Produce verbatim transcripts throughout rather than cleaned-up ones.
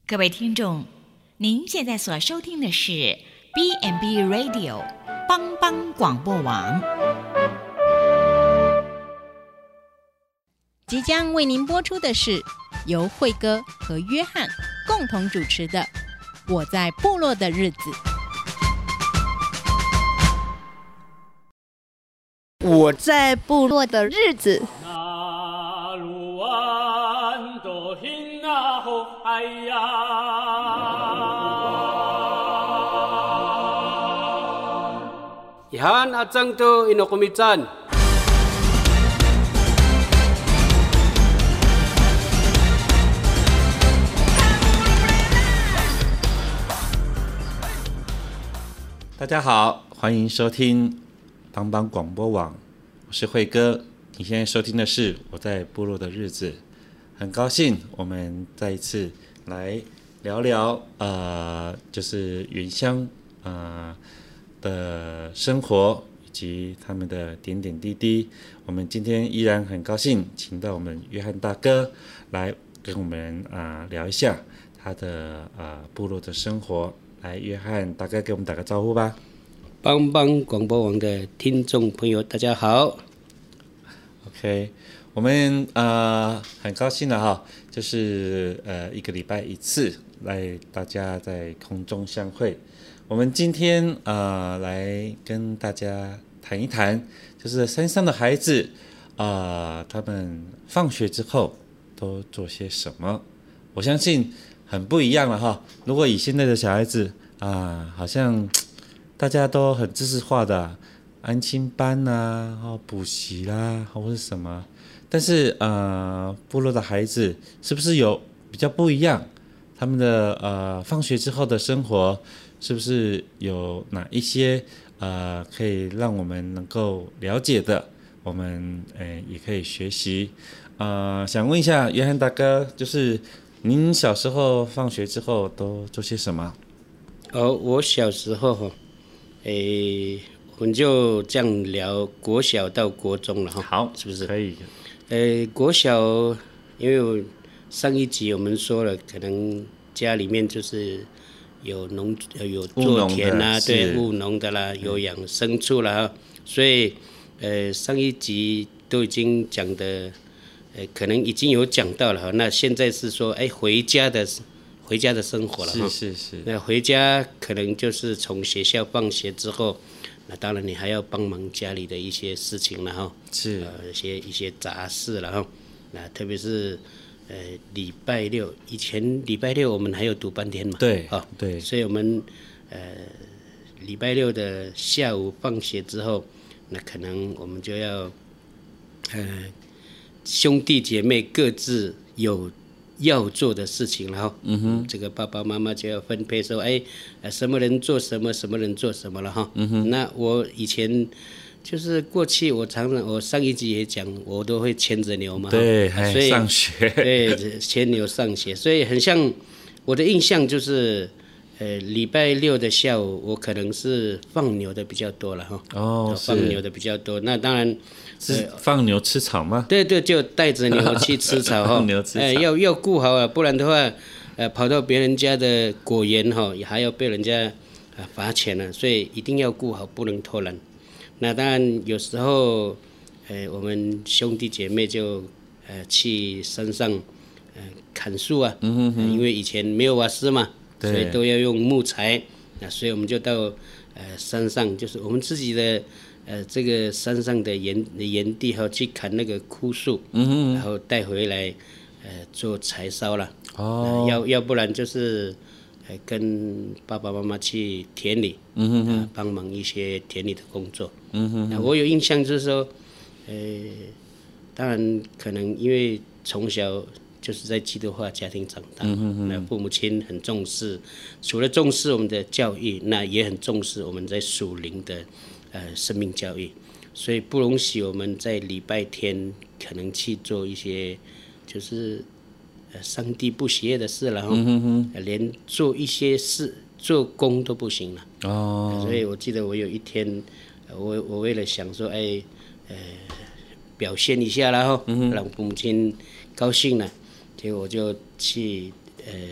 各位听众，您现在所收听的是 B and B Radio 帮帮广播网。 即将为您播出的是由慧哥和约翰共同主持的《我在部落的日子》。 我在部落的日子。 Ihan atang to inokumitan。 大家好，欢迎收听帮帮广播网，我是慧哥。你现在收听的是我在部落的日子，很高兴我们再一次来聊聊呃，就是原乡呃的生活以及他们的点点滴滴。我们今天依然很高兴请到我们约翰大哥来跟我们啊、呃、聊一下他的呃部落的生活。来，约翰大哥给我们打个招呼吧。 帮帮广播网的听众朋友，大家好。 OK， 我们呃很高兴的哈，就是呃一个礼拜一次来大家在空中相会。我们今天呃来跟大家谈一谈，就是山上的孩子啊、呃，他们放学之后都做些什么？我相信很不一样了哈。如果以现在的小孩子啊，好像大家都很知识化的，安亲班呐、啊，补习啦，或是什么。但是呃，部落的孩子是不是有比较不一样？他们的呃放学之后的生活，是不是有哪一些呃可以让我们能够了解的？我们诶也可以学习。呃，想问一下约翰大哥，就是您小时候放学之后都做些什么？ 哦，我小时候哈，诶，我们就这样聊国小到国中了哈。 好， 是不是？ 可以。 诶，国小，因为我上一集我们说了，可能家里面就是有农有做田啊，对，务农的啦，有养牲畜啦，所以呃上一集都已经讲的，呃可能已经有讲到了哈。那现在是说，哎，回家的。回家的生活了哈， 是是是。 那回家可能就是从学校放学之后，那当然你还要帮忙家里的一些事情了哈， 是呃一些一些杂事了哈。那特别是呃礼拜六，以前礼拜六我们还有读半天嘛， 对， 哦对， 所以我们呃礼拜六的下午放学之后，那可能我们就要呃兄弟姐妹各自有要做的事情，然后，嗯哼，这个爸爸妈妈就要分配说，哎，什么人做什么，什么人做什么了哈。嗯哼。那我以前就是过去，我常常我上一集也讲，我都会牵着牛嘛， 对， 所以上学， 对，牵牛上学，所以很像我的印象就是，呃，礼拜六的下午，我可能是放牛的比较多了哈。 哦， 放牛的比较多，那当然。 是放牛吃草吗？ 对对，就带着牛去吃草哈。 牛吃草， 哎，要要顾好啊，不然的话，呃，跑到别人家的果园哈，还要被人家啊罚钱了，所以一定要顾好，不能偷懒。那当然有时候，呃，我们兄弟姐妹就呃去山上呃砍树啊，嗯哼哼，因为以前没有瓦斯嘛，所以都要用木材，那所以我们就到呃山上，就是我们自己的。呃，这个山上的岩岩地哈，去砍那个枯树，嗯哼，然后带回来，呃，做柴烧了。哦，要要不然就是，呃，跟爸爸妈妈去田里，嗯哼哼，帮、呃、忙一些田里的工作。嗯哼哼，那我有印象就是说，呃，当然可能因为从小就是在基督化家庭长大，嗯哼哼，那父母亲很重视，除了重视我们的教育，那也很重视我们在属灵的。呃，生命教育，所以不容许我们在礼拜天可能去做一些，就是呃上帝不喜悦的事了哈、嗯哼哼，连做一些事做工都不行了。哦、呃，所以我记得我有一天，我我为了想说，哎，呃，表现一下啦哈，嗯、让父母亲高兴了，结果我就去呃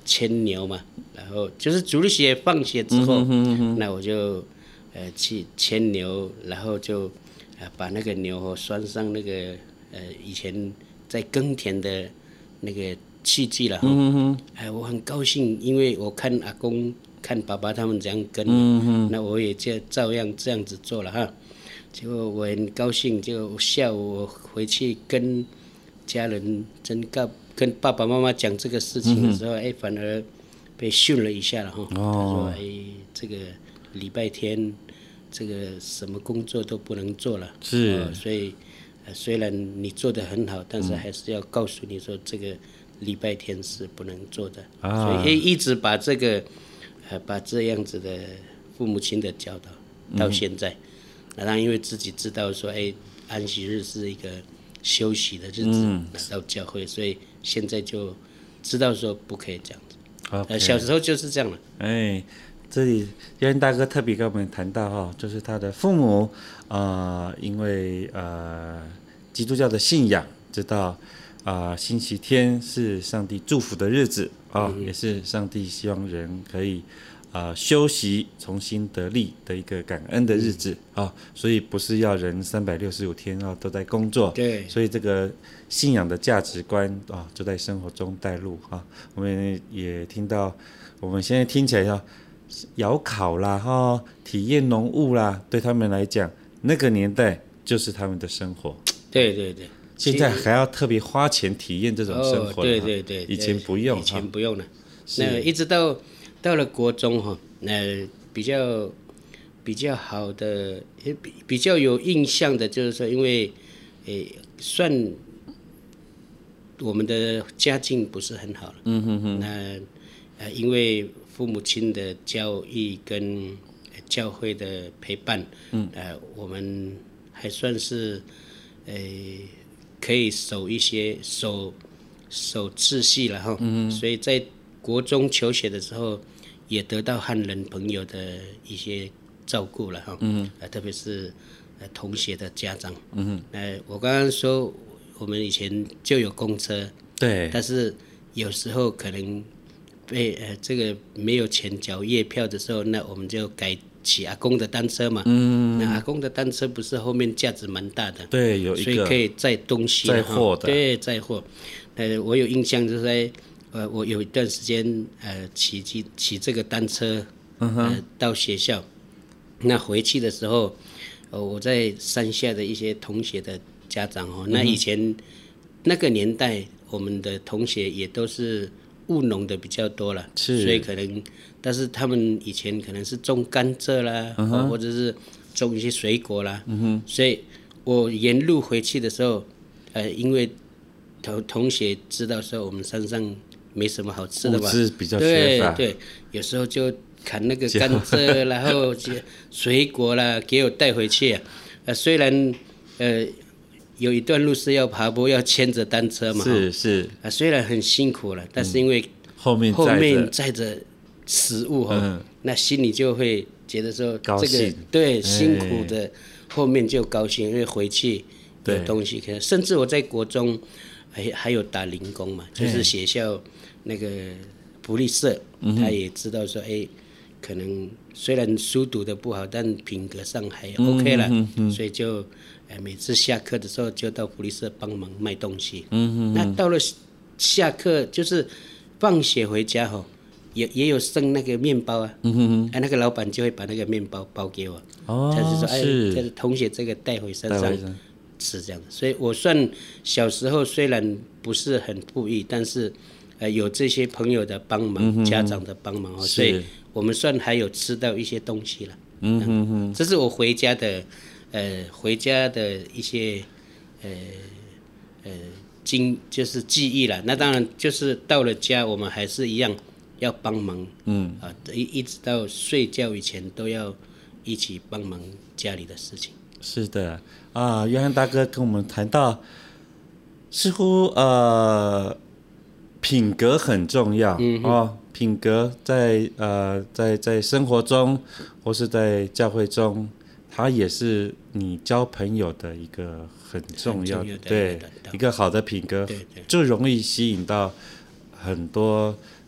牵牛嘛，然后就是主日学放学之后，嗯哼嗯哼那我就呃去牵牛，然后就呃把那个牛哦拴上那个呃以前在耕田的那个器具了哈，嗯哼哎，我很高兴，因为我看阿公看爸爸他们这样耕，嗯哼那我也就照样这样子做了哈。结果我很高兴，就下午我回去跟家人真告跟爸爸妈妈讲这个事情的时候，哎、嗯，反而被训了一下了哈。哦、他说：“哎，这个礼拜天这个什么工作都不能做了。”是、哦，所以、呃、虽然你做得很好，但是还是要告诉你说，这个礼拜天是不能做的。啊、所以一直把这个呃把这样子的父母亲的教导到现在。嗯然后因为自己知道说，哎，安息日是一个休息的日子，嗯、来到教会，所以现在就知道说不可以这样子。Okay. 呃，小时候就是这样了。 哎，这里约翰大哥特别跟我们谈到哈，就是他的父母啊、呃，因为呃基督教的信仰，知道啊、呃、星期天是上帝祝福的日子啊、哦嗯，也是上帝希望人可以。啊、呃，休息重新得力的一个感恩的日子啊、哦，所以不是要人三百六十五天啊、哦、都在工作， 对， 所以这个信仰的价值观啊、哦、就在生活中带入啊、哦。我们也听到，我们现在听起来要窑烤啦哈、哦，体验农务啦，对他们来讲，那个年代就是他们的生活。 对对对， 现在还要特别花钱体验这种生活、哦， 对对对， 以前不用， 以前不用了，那一直到。到了国中哈，呃，比较比较好的，也比比较有印象的，就是说，因为，诶，算我们的家境不是很好了，嗯哼哼，那呃，因为父母亲的教育跟教会的陪伴，嗯，呃，我们还算是，呃，可以守一些守守秩序了哈，嗯，所以在。国中求学的时候，也得到汉人朋友的一些照顾了哈，嗯，呃，特别是呃同学的家长，嗯，呃，我刚刚说我们以前就有公车， 对， 但是有时候可能被呃这个没有钱缴月票的时候，那我们就改骑阿公的单车嘛，嗯，那阿公的单车不是后面架子蛮大的， 对，有一个， 所以可以载东西， 载货的， 对，载货，呃，我有印象就是在。呃，我有一段时间呃骑骑骑这个单车，呃、嗯、到学校，那回去的时候，呃我在山下的一些同学的家长哦，嗯、那以前那个年代我们的同学也都是务农的比较多了，是，所以可能，但是他们以前可能是种甘蔗啦，嗯哦、或者是种一些水果啦，嗯哼，所以我沿路回去的时候，呃，因为同同学知道说我们山上。没什么好吃的吧？ 物资比较缺乏。 对对，有时候就砍那个甘蔗，然后水果啦，给我带回去啊。呃，虽然呃有一段路是要爬坡，要牵着单车嘛， 是是。 啊，虽然很辛苦了，但是因为后面后面载着食物哈、嗯，那心里就会觉得说这个对辛苦的后面就高兴，因为回去有东西可以。甚至我在国中还还有打零工嘛，就是学校。那个福利社，他也知道说，哎，可能虽然书读得不好，但品格上还 OK 了，嗯嗯、所以就，呃，每次下课的时候就到福利社帮忙卖东西。嗯、那到了下课就是放学回家哈，也也有剩那个面包啊，嗯、啊，那个老板就会把那个面包包给我，哦、他就说，哎，这是同学这个带回山上吃这样的。所以我算小时候虽然不是很富裕，但是。呃，有这些朋友的帮忙，嗯、家长的帮忙哦，所以我们算还有吃到一些东西了。嗯哼哼，这是我回家的，呃，回家的一些，呃，呃，经就是记忆了。那当然就是到了家，我们还是一样要帮忙。嗯，啊，一一直到睡觉以前都要一起帮忙家里的事情。 是的，啊，约翰大哥跟我们谈到，似乎呃。品格很重要、嗯、哦，品格在呃在在生活中或是在教会中，它也是你交朋友的一个很重要的，对，一个好的品格，对对，就容易吸引到很多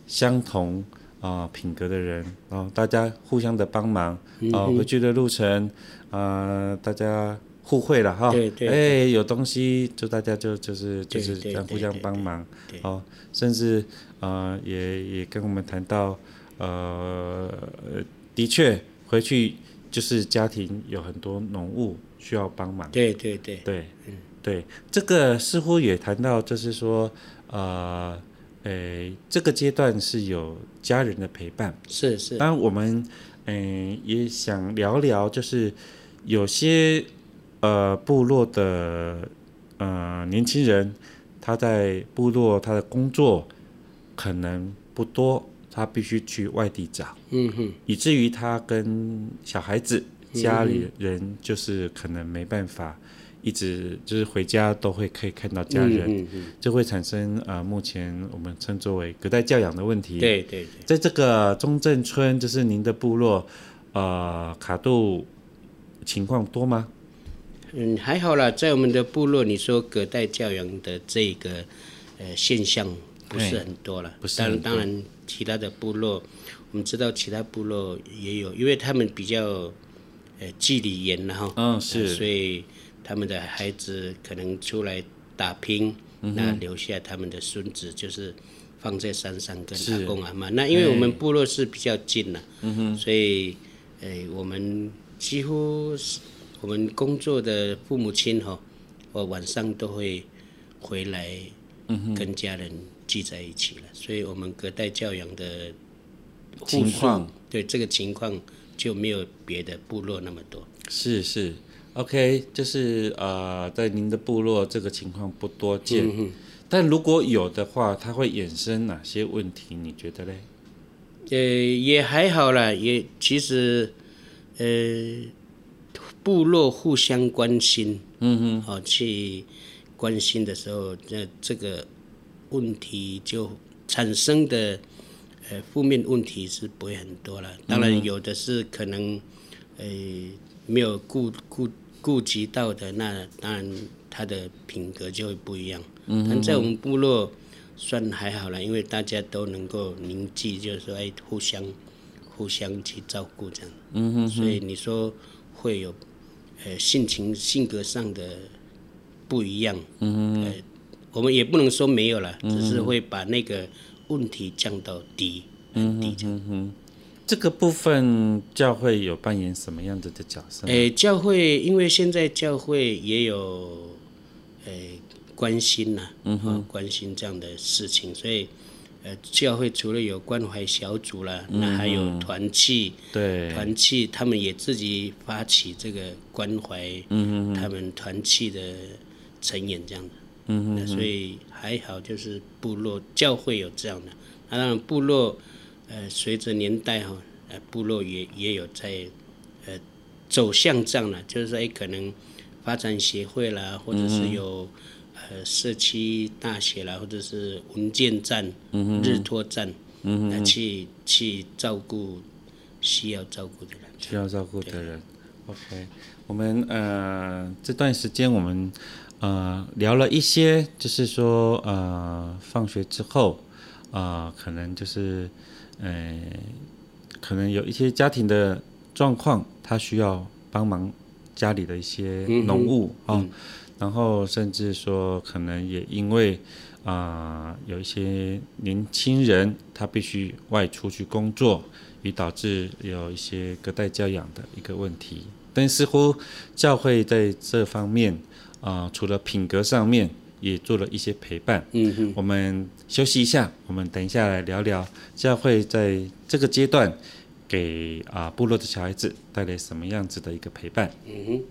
相同啊、呃、品格的人，然后大家互相的帮忙，啊、呃，回去的路程啊、呃，大家互惠了哈， 对对， 哎，有东西就大家就就是就是这样互相帮忙，哦，甚至啊、呃、也也跟我们谈到，呃，的确回去就是家庭有很多农务需要帮忙， 对对对对，嗯，对，这个似乎也谈到，就是说，呃，诶，这个阶段是有家人的陪伴， 是是。 当然，我们诶也想聊聊，就是有些呃部落的呃年轻人，他在部落他的工作可能不多，他必须去外地找， 嗯哼， 以至于他跟小孩子家里人就是可能没办法。一直就是回家都会可以看到家人，嗯嗯嗯，就会产生啊、呃，目前我们称作为隔代教养的问题。 对对对， 在这个中正村，就是您的部落，呃，卡杜情况多吗？ 嗯，还好啦，在我们的部落，你说隔代教养的这个呃现象不是很多了。不是很多。当然，当然，其他的部落，我们知道其他部落也有，因为他们比较呃纪律严了哈。 嗯，是。 呃、所以。他们的孩子可能出来打拼，嗯、那留下他们的孙子就是放在山上跟阿公阿嬷。那因为我们部落是比较近了，嗯、所以，呃，我们几乎我们工作的父母亲哈、哦，我晚上都会回来跟家人聚在一起了。所以我们隔代教养的情况， 对这个情况就没有别的部落那么多。 是是。OK， 就是呃，在您的部落这个情况不多见，嗯、但如果有的话，它会衍生哪些问题？你觉得嘞？ 呃，也还好啦，也其实，呃，部落互相关心，嗯哼，哦，去关心的时候，那这个问题就产生的呃负面问题是不会很多了。当然，有的是可能，呃。没有顾顾顾及到的，那当然他的品格就会不一样。嗯，但在我们部落算还好了，因为大家都能够凝聚，就是说哎，互相互相去照顾这样。嗯哼哼，所以你说会有呃性情性格上的不一样。嗯哼，呃，我们也不能说没有了，只是会把那个问题降到低，很低这样。嗯哼。 这个部分教会有扮演什么样子的角色？ 诶，教会因为现在教会也有诶关心呐、啊，嗯哼、哦，关心这样的事情，所以呃，教会除了有关怀小组啦，嗯、那还有团契， 对， 团契他们也自己发起这个关怀，嗯他们团契的成员这样的，嗯哼，所以还好，就是部落教会有这样的，那当然部落。呃，随着年代哈、哦，呃，部落也也有在，呃，走向这样了，就是说，哎，可能发展协会啦，或者是有、嗯、呃社区大学啦，或者是文件站、嗯、日托站，嗯、呃，去去照顾需要照顾的人， 需要照顾的人。OK， 我们呃这段时间我们呃聊了一些，就是说呃放学之后啊、呃，可能就是。呃，可能有一些家庭的状况，他需要帮忙家里的一些农务啊、嗯嗯哦，然后甚至说可能也因为啊、呃、有一些年轻人他必须外出去工作，以导致有一些隔代教养的一个问题。但似乎教会在这方面啊、呃，除了品格上面。也做了一些陪伴。嗯哼，我们休息一下，我们等一下来聊聊教会在这个阶段给啊、呃、部落的小孩子带来什么样子的一个陪伴。嗯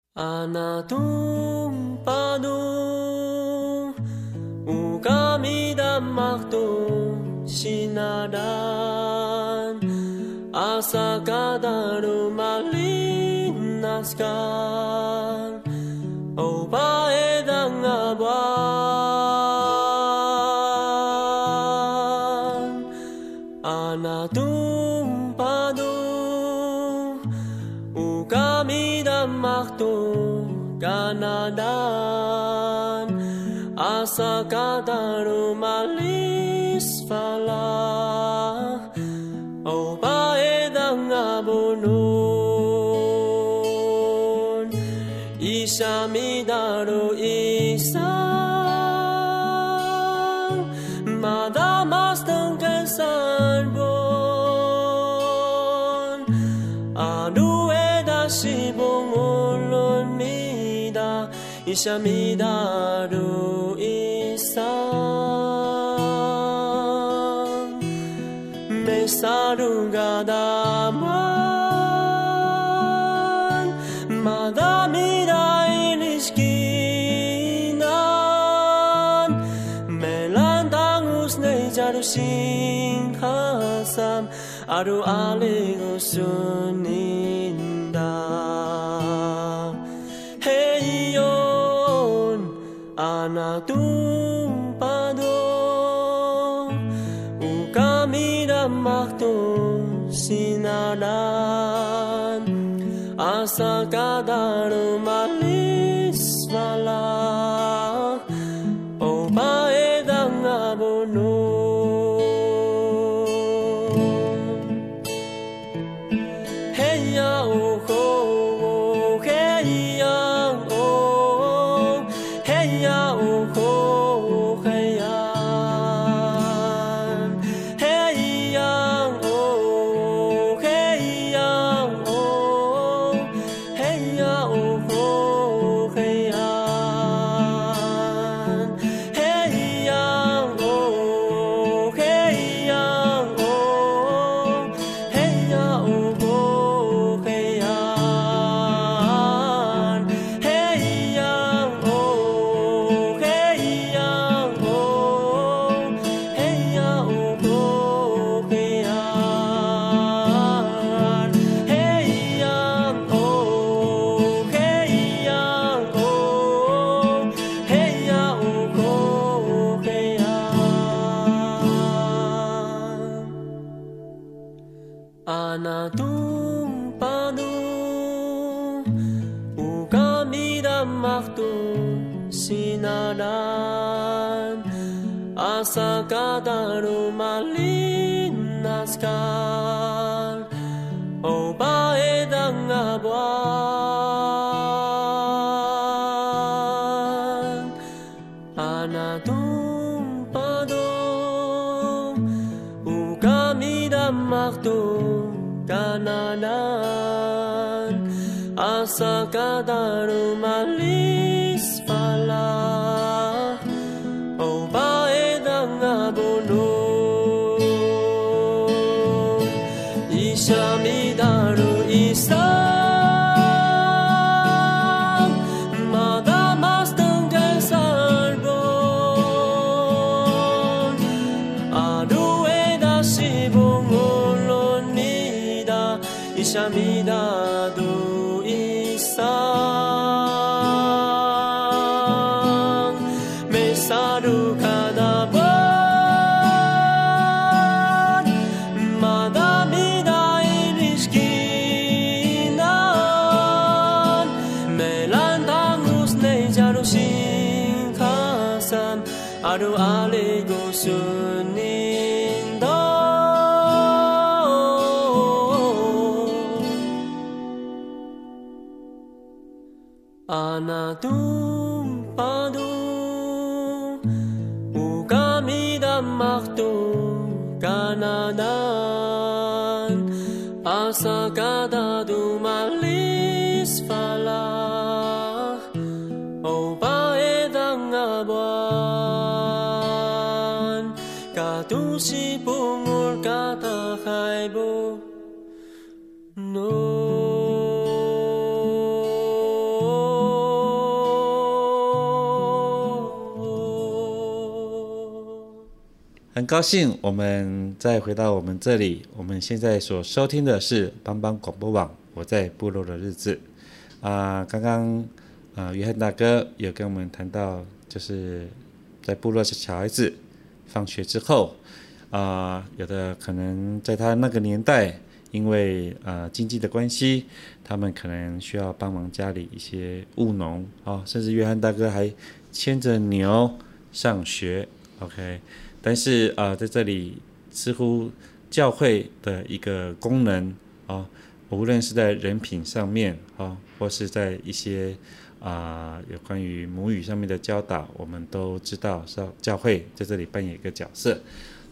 哼。Oh baedang abuan anatung padu ukami damaktu kanadan asa kataru malis fala madamas ng kasarbon Anueda sibong ulon mida Isya midaru isang Mesaruga daman Madami na iniskinan Melantangus na ijarusing hasam Aru aling usuninda Hey yon anak tumpado Ukami damakto sinaran Asa kadaro malis malak O paedang abono Hey ya oh oh Hey ya oh Hey ya oh oh Hey ya Hey ya oh Hey ya oh Hey ya oh oh Hey ya Hey ya oh Hey ya oh Hey ya oh Hey ya Hey ya oh Hey ya oh Hey ya oh Hey ya Hey ya oh Hey ya oh Hey ya oh Hey ya Anatung panu Ukami damakto sinaran Asa kadaro malinaskan O paedang abuan Anatung padong Ukami damakto kananan Asa kadaro malis pala O paedang abono Isya midaru isang Madamas ng kasarbon Anueda sibong ulon nida Isya midadu isang Mesaru kadaban Madami na iniskinan Melantangus na ijarusing kasam Aru aligo suninda Anatung padu Ukami damakto kananan Asa kadadu malis falah O paedang abuan Katusi pungul kata kaibo No 很高兴我们再回到我们这里，我们现在所收听的是帮帮广播网我在部落的日子啊、呃。刚刚啊、呃，约翰大哥有跟我们谈到，就是在部落的小孩子放学之后啊、呃，有的可能在他那个年代，因为呃经济的关系，他们可能需要帮忙家里一些务农啊、哦，甚至约翰大哥还牵着牛上学 ，OK。但是啊、呃，在这里似乎教会的一个功能啊、哦，无论是在人品上面啊、哦，或是在一些啊、呃、有关于母语上面的教导，我们都知道，教会在这里扮演一个角色。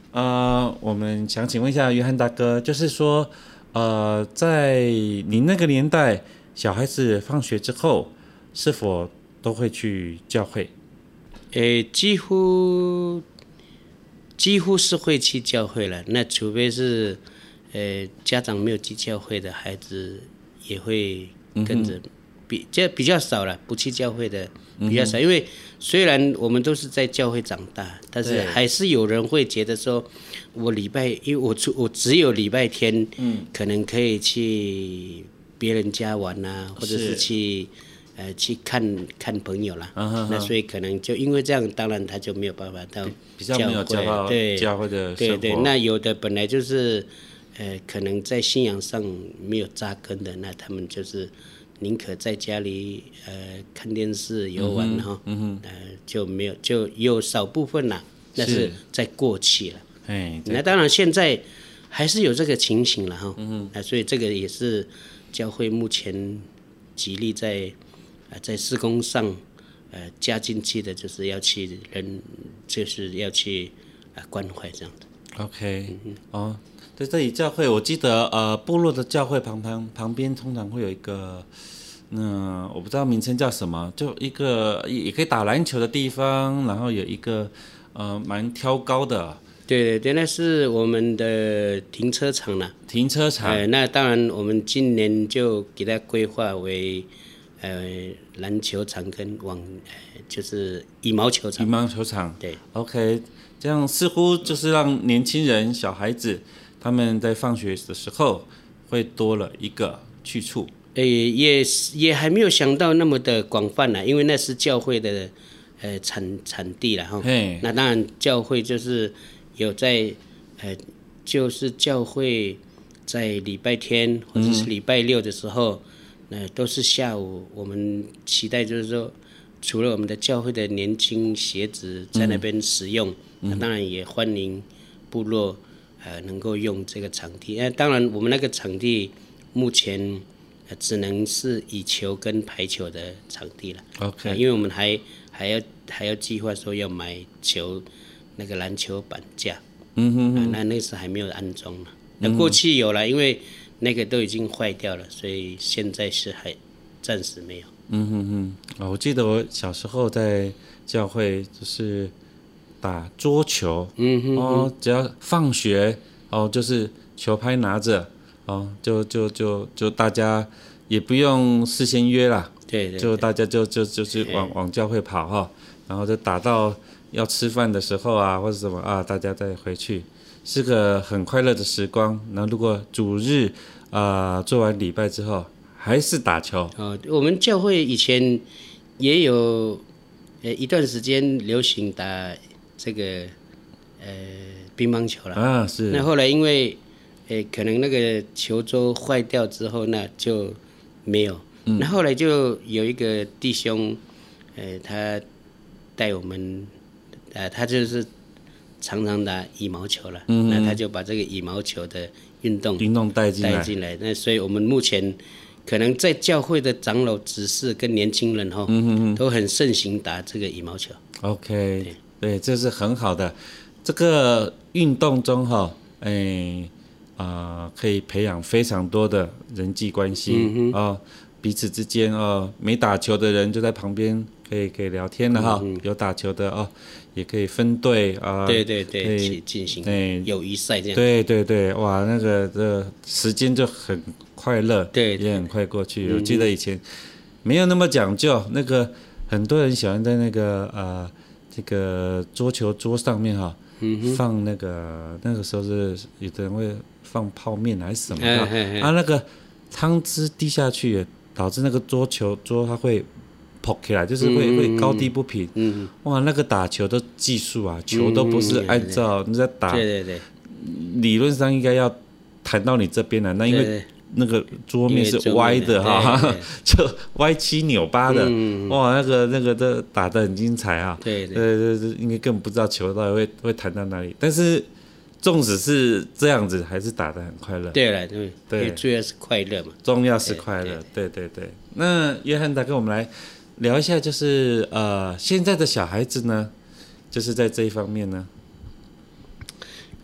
呃，我们想请问一下约翰大哥，就是说，呃，在您那个年代，小孩子放学之后，是否都会去教会？ 诶，几乎几乎是会去教会了。那除非是，呃，家长没有去教会的孩子，也会跟着。嗯比这比较少了，不去教会的比较少，嗯、因为虽然我们都是在教会长大，但是还是有人会觉得说，我礼拜，因为我出我只有礼拜天，嗯，可能可以去别人家玩啊，或者是去呃去看看朋友啦，啊、哈哈那所以可能就因为这样，当然他就没有办法到比较没有交到对教会的生活，对对，那有的本来就是呃可能在信仰上没有扎根的，那他们就是。宁可在家里呃看电视游玩哈，嗯哼，呃就没有就有少部分啦，那是在过去了。哎，那当然现在还是有这个情形了哈，嗯哼，那所以这个也是教会目前极力在啊、呃、在事工上呃加进去的，就是要去人就是要去啊、呃、关怀这样的。 OK，嗯、哦。在这里教会，我记得呃，部落的教会旁旁旁边通常会有一个，嗯、呃，我不知道名称叫什么，就一个也可以打篮球的地方，然后有一个呃蛮挑高的。 对对对，那是我们的停车场啦。 停车场。 呃，那当然，我们今年就给它规划为呃篮球场跟网，呃、就是羽毛球场。 羽毛球场。 对。 OK， 这样似乎就是让年轻人、小孩子。他们在放学的时候会多了一个去处， 诶，也也还没有想到那么的广泛啦，因为那是教会的呃产产地啦哈。那当然，教会就是有在呃，就是教会在礼拜天或者是礼拜六的时候，嗯、呃，都是下午。我们期待就是说，除了我们的教会的年轻学子在那边使用，嗯、那当然也欢迎部落。呃，能够用这个场地，呃，当然我们那个场地目前、呃、只能是羽球跟排球的场地了。 OK，、 呃、因为我们还还要还要计划说要买球那个篮球板架，嗯哼哼、呃，那那时还没有安装呢。那过去有了，因为那个都已经坏掉了，所以现在是还暂时没有。 嗯哼哼，哦，我记得我小时候在教会就是。打桌球，嗯哼哼哦，只要放学哦，就是球拍拿着哦，就就就就大家也不用事先约啦， 对 对, 对， 就大家就就就是往往教会跑哈，然后就打到要吃饭的时候啊，或者什么啊，大家再回去，是个很快乐的时光。然后如果主日啊、呃、做完礼拜之后，还是打球。 哦，我们教会以前也有呃一段时间流行打。这个呃乒乓球了啊，是。 那后来因为呃可能那个球桌坏掉之后，那就没有。嗯、那后来就有一个弟兄，呃，他带我们，呃，他就是常常打羽毛球了。嗯。那他就把这个羽毛球的运动运动带进来。 带进来。那所以我们目前可能在教会的长老执事跟年轻人哈，嗯哼哼都很盛行打这个羽毛球。 OK。对对，这是很好的。这个运动中哈，哎啊、呃，可以培养非常多的人际关系啊、嗯哦，彼此之间哦，没打球的人就在旁边可以可以聊天了哈、嗯，有打球的哦，也可以分队啊、呃， 对对对，可以进行友谊赛这样。 对对对，哇，那个这时间就很快乐， 对， 也很快过去。我记得以前没有那么讲究，那个很多人喜欢在那个呃。这个桌球桌上面哈、嗯，放那个那个时候是有的人会放泡面还是什么的，嘿嘿嘿啊，那个汤汁滴下去，导致那个桌球桌它会破起来，就是会、嗯、会高低不平。嗯，哇，那个打球的技术啊，球都不是按照你在打， 对对对， 理论上应该要弹到你这边了，那因为。对对那个桌面是歪的哈，就歪七扭八的，嗯、哇，那个那个都打得很精彩啊！ 对对对对，应该根本不知道球到底会会弹到哪里，但是纵使是这样子，还是打得很快乐。 对了，对对，主要是快乐嘛， 重要是快乐，对对 对, 对。那约翰大哥，我们来聊一下，就是呃，现在的小孩子呢，就是在这一方面呢。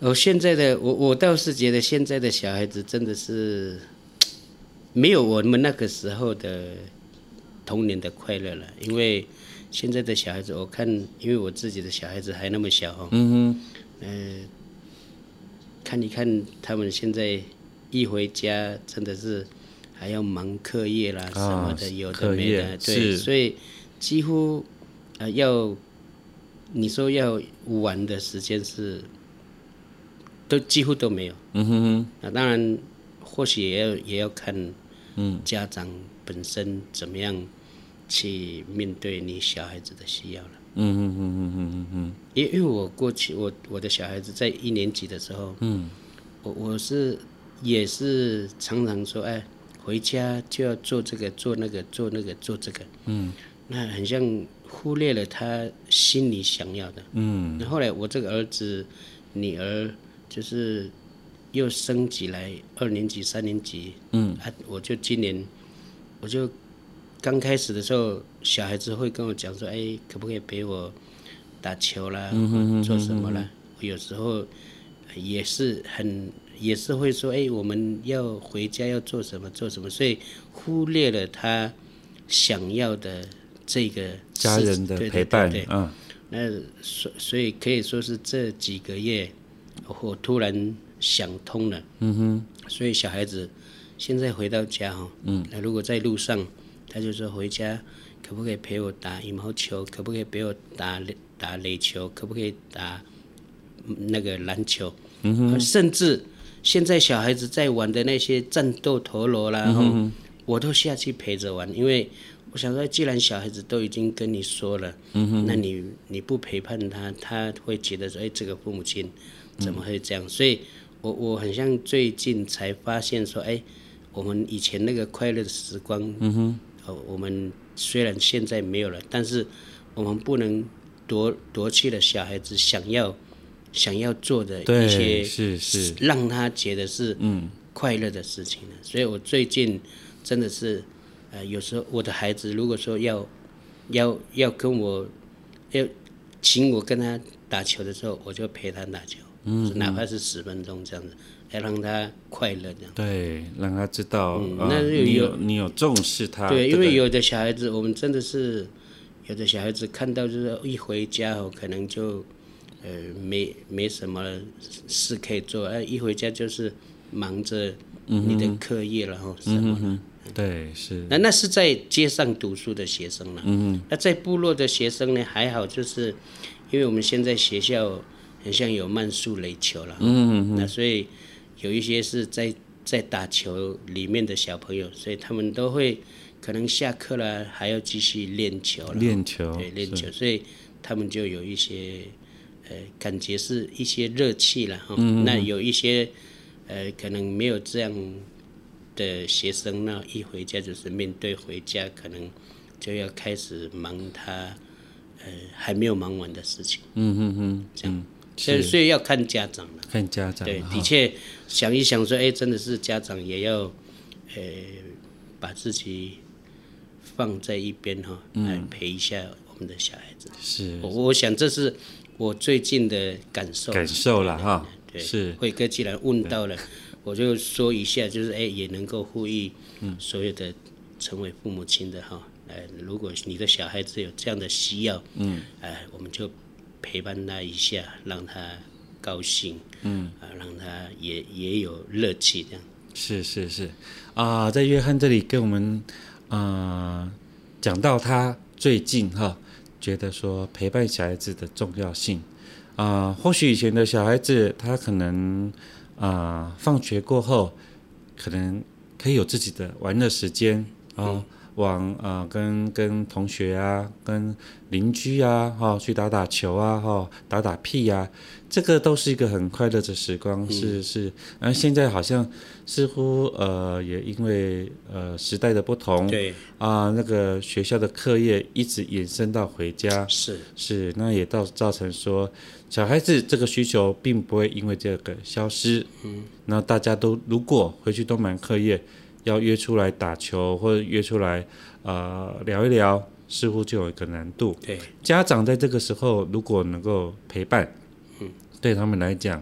哦，现在的我我倒是觉得现在的小孩子真的是没有我们那个时候的童年的快乐了，因为现在的小孩子，我看，因为我自己的小孩子还那么小哦，嗯哼，呃，看一看他们现在一回家，真的是还要忙课业啦、啊、什么的，有的没的，对，所以几乎呃要你说要玩的时间是。都几乎都没有，嗯哼哼。那当然，或许也要也要看，嗯，家长本身怎么样去面对你小孩子的需要了。嗯嗯嗯嗯嗯嗯嗯。因因为我过去我我的小孩子在一年级的时候，嗯，我我是也是常常说，哎，回家就要做这个做那个做那个做这个，嗯，那很像忽略了他心里想要的，嗯。那后来我这个儿子、女儿。就是又升级来二年级、三年级，嗯，啊，我就今年，我就刚开始的时候，小孩子会跟我讲说，哎，可不可以陪我打球啦，嗯、哼哼哼做什么啦？我有时候也是很，也是会说，哎，我们要回家要做什么做什么，所以忽略了他想要的这个家人的陪伴， 对对对对嗯，那所所以可以说是这几个月。我突然想通了，嗯哼，所以小孩子现在回到家哈，嗯，那如果在路上，他就说回家可不可以陪我打羽毛球，可不可以陪我打打垒球，可不可以打那个篮球，嗯哼，甚至现在小孩子在玩的那些战斗陀螺啦，嗯哼，我都下去陪着玩，因为我想说，既然小孩子都已经跟你说了，嗯哼，那你你不陪伴他，他会觉得说，哎，这个父母亲。怎么会这样？所以我我很像最近才发现说，哎，我们以前那个快乐的时光，嗯哼，呃，我们虽然现在没有了，但是我们不能夺夺去了小孩子想要想要做的一些， 是是， 让他觉得是嗯快乐的事情了。所以我最近真的是，呃，有时候我的孩子如果说要要要跟我要请我跟他打球的时候，我就陪他打球。嗯，哪怕是十分钟这样子，来让他快乐这样。 对，让他知道，嗯呃、那有你有你有重视他。 对，因为有的小孩子，我们真的是有的小孩子看到就是一回家哦，可能就呃没没什么事可以做，哎、呃，一回家就是忙着你的课业然后什么的。嗯对，是。 那那是在街上读书的学生了。嗯那在部落的学生呢，还好，就是因为我们现在学校。很像有慢速垒球了，嗯嗯，那所以有一些是在在打球里面的小朋友，所以他们都会可能下课了还要继续练球了， 练球， 对，练球，所以他们就有一些呃感觉是一些热气了哈。嗯、那有一些呃可能没有这样的学生，那一回家就是面对回家，可能就要开始忙他呃还没有忙完的事情。嗯嗯嗯，这样。所以，所以要看家长了。 看家长。 对，的确想一想说，哎，真的是家长也要，呃，把自己放在一边哈，来陪一下我们的小孩子。 是。 我我想这是我最近的感受。 感受了哈。 对。 是。 慧哥既然问到了，我就说一下，就是哎，也能够呼吁所有的成为父母亲的哈，呃，如果你的小孩子有这样的需要，嗯，哎，我们就。陪伴他一下，让他高兴，嗯，啊，让他也也有乐趣，这样。 是是是，啊、呃，在约翰这里跟我们啊讲、呃、到他最近哈，觉得说陪伴小孩子的重要性啊、呃，或许以前的小孩子他可能啊、呃、放学过后，可能可以有自己的玩乐时间啊。嗯往啊、呃、跟跟同学啊，跟邻居啊，哈、哦、去打打球啊，哈、哦、打打屁啊，这个都是一个很快乐的时光，嗯、是是。而现在好像似乎呃也因为呃时代的不同， 对啊、呃、那个学校的课业一直延伸到回家， 是是，那也造造成说小孩子这个需求并不会因为这个消失，嗯，那大家都如果回去都忙课业。要约出来打球或者约出来呃聊一聊，似乎就有一个难度。 对， 家长在这个时候如果能够陪伴，嗯，对他们来讲，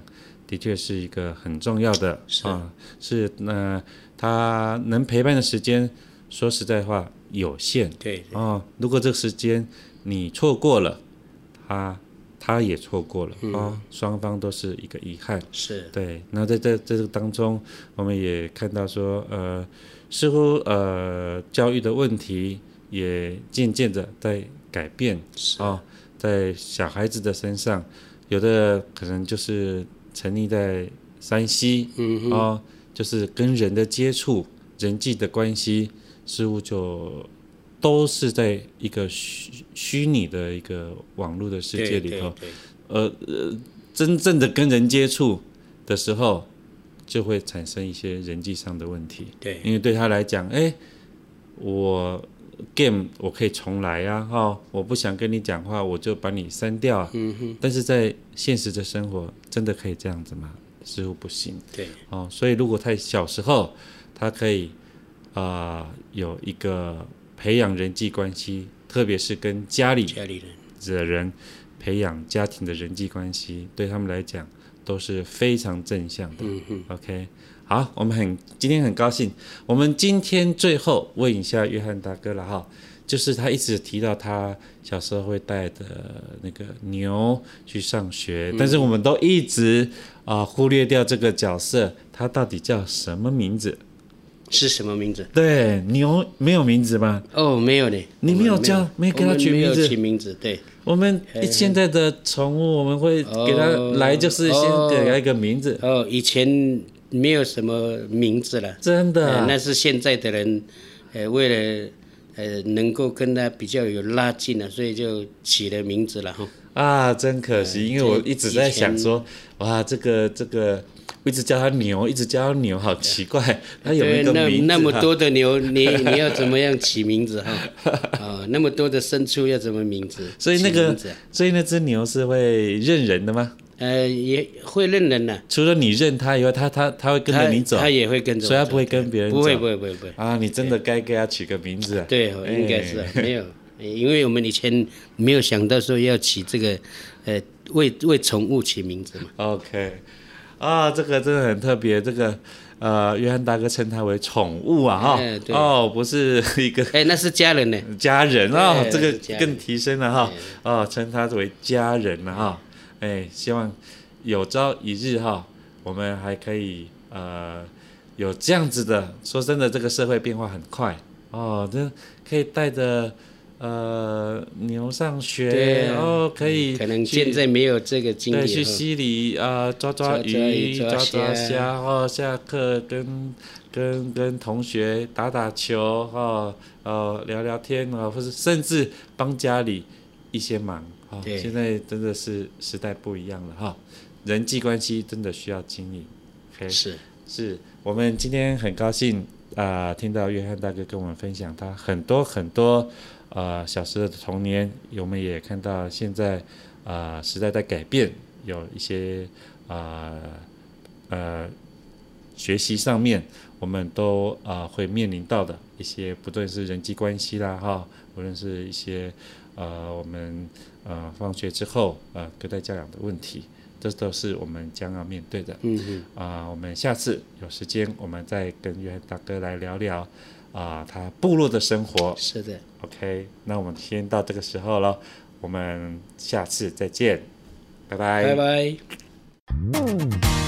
的确是一个很重要的是啊，是那、呃、他能陪伴的时间，说实在话有限， 对对哦，如果这个时间你错过了，他他也错过了啊、 嗯哦，双方都是一个遗憾。 是， 对，那在这这个当中，我们也看到说，呃，似乎呃教育的问题也渐渐的在改变是哦，在小孩子的身上，有的可能就是沉溺在三 C， 嗯哼， 哦，就是跟人的接触、人际的关系，似乎就都是在一个虚虚拟的一个网络的世界里头， 对对对呃呃，真正的跟人接触的时候，就会产生一些人际上的问题。 对， 因为对他来讲，哎，我 game 我可以重来啊，哈、哦，我不想跟你讲话，我就把你删掉啊。 嗯哼， 但是在现实的生活，真的可以这样子吗？似乎不行。 对， 哦，所以如果他小时候，他可以啊、呃、有一个培养人际关系，特别是跟家里家里人的人培养家庭的人际关系，对他们来讲都是非常正向的。 嗯哼， OK， 好，我们很今天很高兴，我们今天最后问一下约翰大哥了哈，就是他一直提到他小时候会带的那个牛去上学， 嗯、 但是我们都一直啊、呃、忽略掉这个角色，他到底叫什么名字？ 是什么名字？ 对，牛没有名字吗？ 哦，没有呢， 你没有叫，没有给他取名字。 我们没有取名字，对。 我们现在的宠物，我们会给他来，就是先给他一个名字。 哦，以前没有什么名字了， 真的、啊呃。那是现在的人，呃，为了呃能够跟他比较有拉近了，所以就起了名字了哈。 啊，真可惜，因为我一直在想说，哇，这个这个。我一直叫他牛，一直叫他牛，好奇怪。他有没有一个名字？ 那那么多的牛，你你要怎么样起名字哈？啊，那么多的牲畜要怎么名字？ 所以那个， 啊、 所以那只牛是会认人的吗？ 呃，也会认人的、啊。 除了你认它以外，它它它会跟着你走。 它也会跟着我走。 所以它不会跟别人走。 不会不会不会不会。 啊，你真的该给它取个名字啊。 对，应该是、啊哎、没有，因为我们以前没有想到说要起这个，呃，为为宠物起名字嘛。 OK。啊，这个真的很特别，这个呃，约翰大哥称它为宠物啊，哈、 哎， 哦，不是一个， 哎，那是家人呢， 家人啊、哦，这个更更提升了哈，哦，称它为家人了哈，哎，希望有朝一日哈，我们还可以呃有这样子的，说真的，这个社会变化很快哦，这可以带着。呃，牛上学，然后、哦、可以可能现在没有这个经历， 对，去溪里啊、呃、抓抓鱼、抓抓虾，哦，下课跟跟跟同学打打球，哦，呃聊聊天啊，或者甚至帮家里一些忙，哦，现在真的是时代不一样了哈、哦，人际关系真的需要经营。Okay? 是是，我们今天很高兴啊、呃，听到约翰大哥跟我们分享他很多很多。呃，小时候的童年，我们也看到现在啊、呃，时代在改变，有一些啊 呃, 呃学习上面，我们都啊、呃、会面临到的一些，不论是人际关系啦哈，无论是一些呃我们呃放学之后呃隔代教养的问题，这都是我们将要面对的。 嗯嗯。 啊、呃，我们下次有时间，我们再跟约翰大哥来聊聊。啊，他部落的生活是的 ，OK， 那我们先到这个时候了，我们下次再见，拜拜， 拜拜。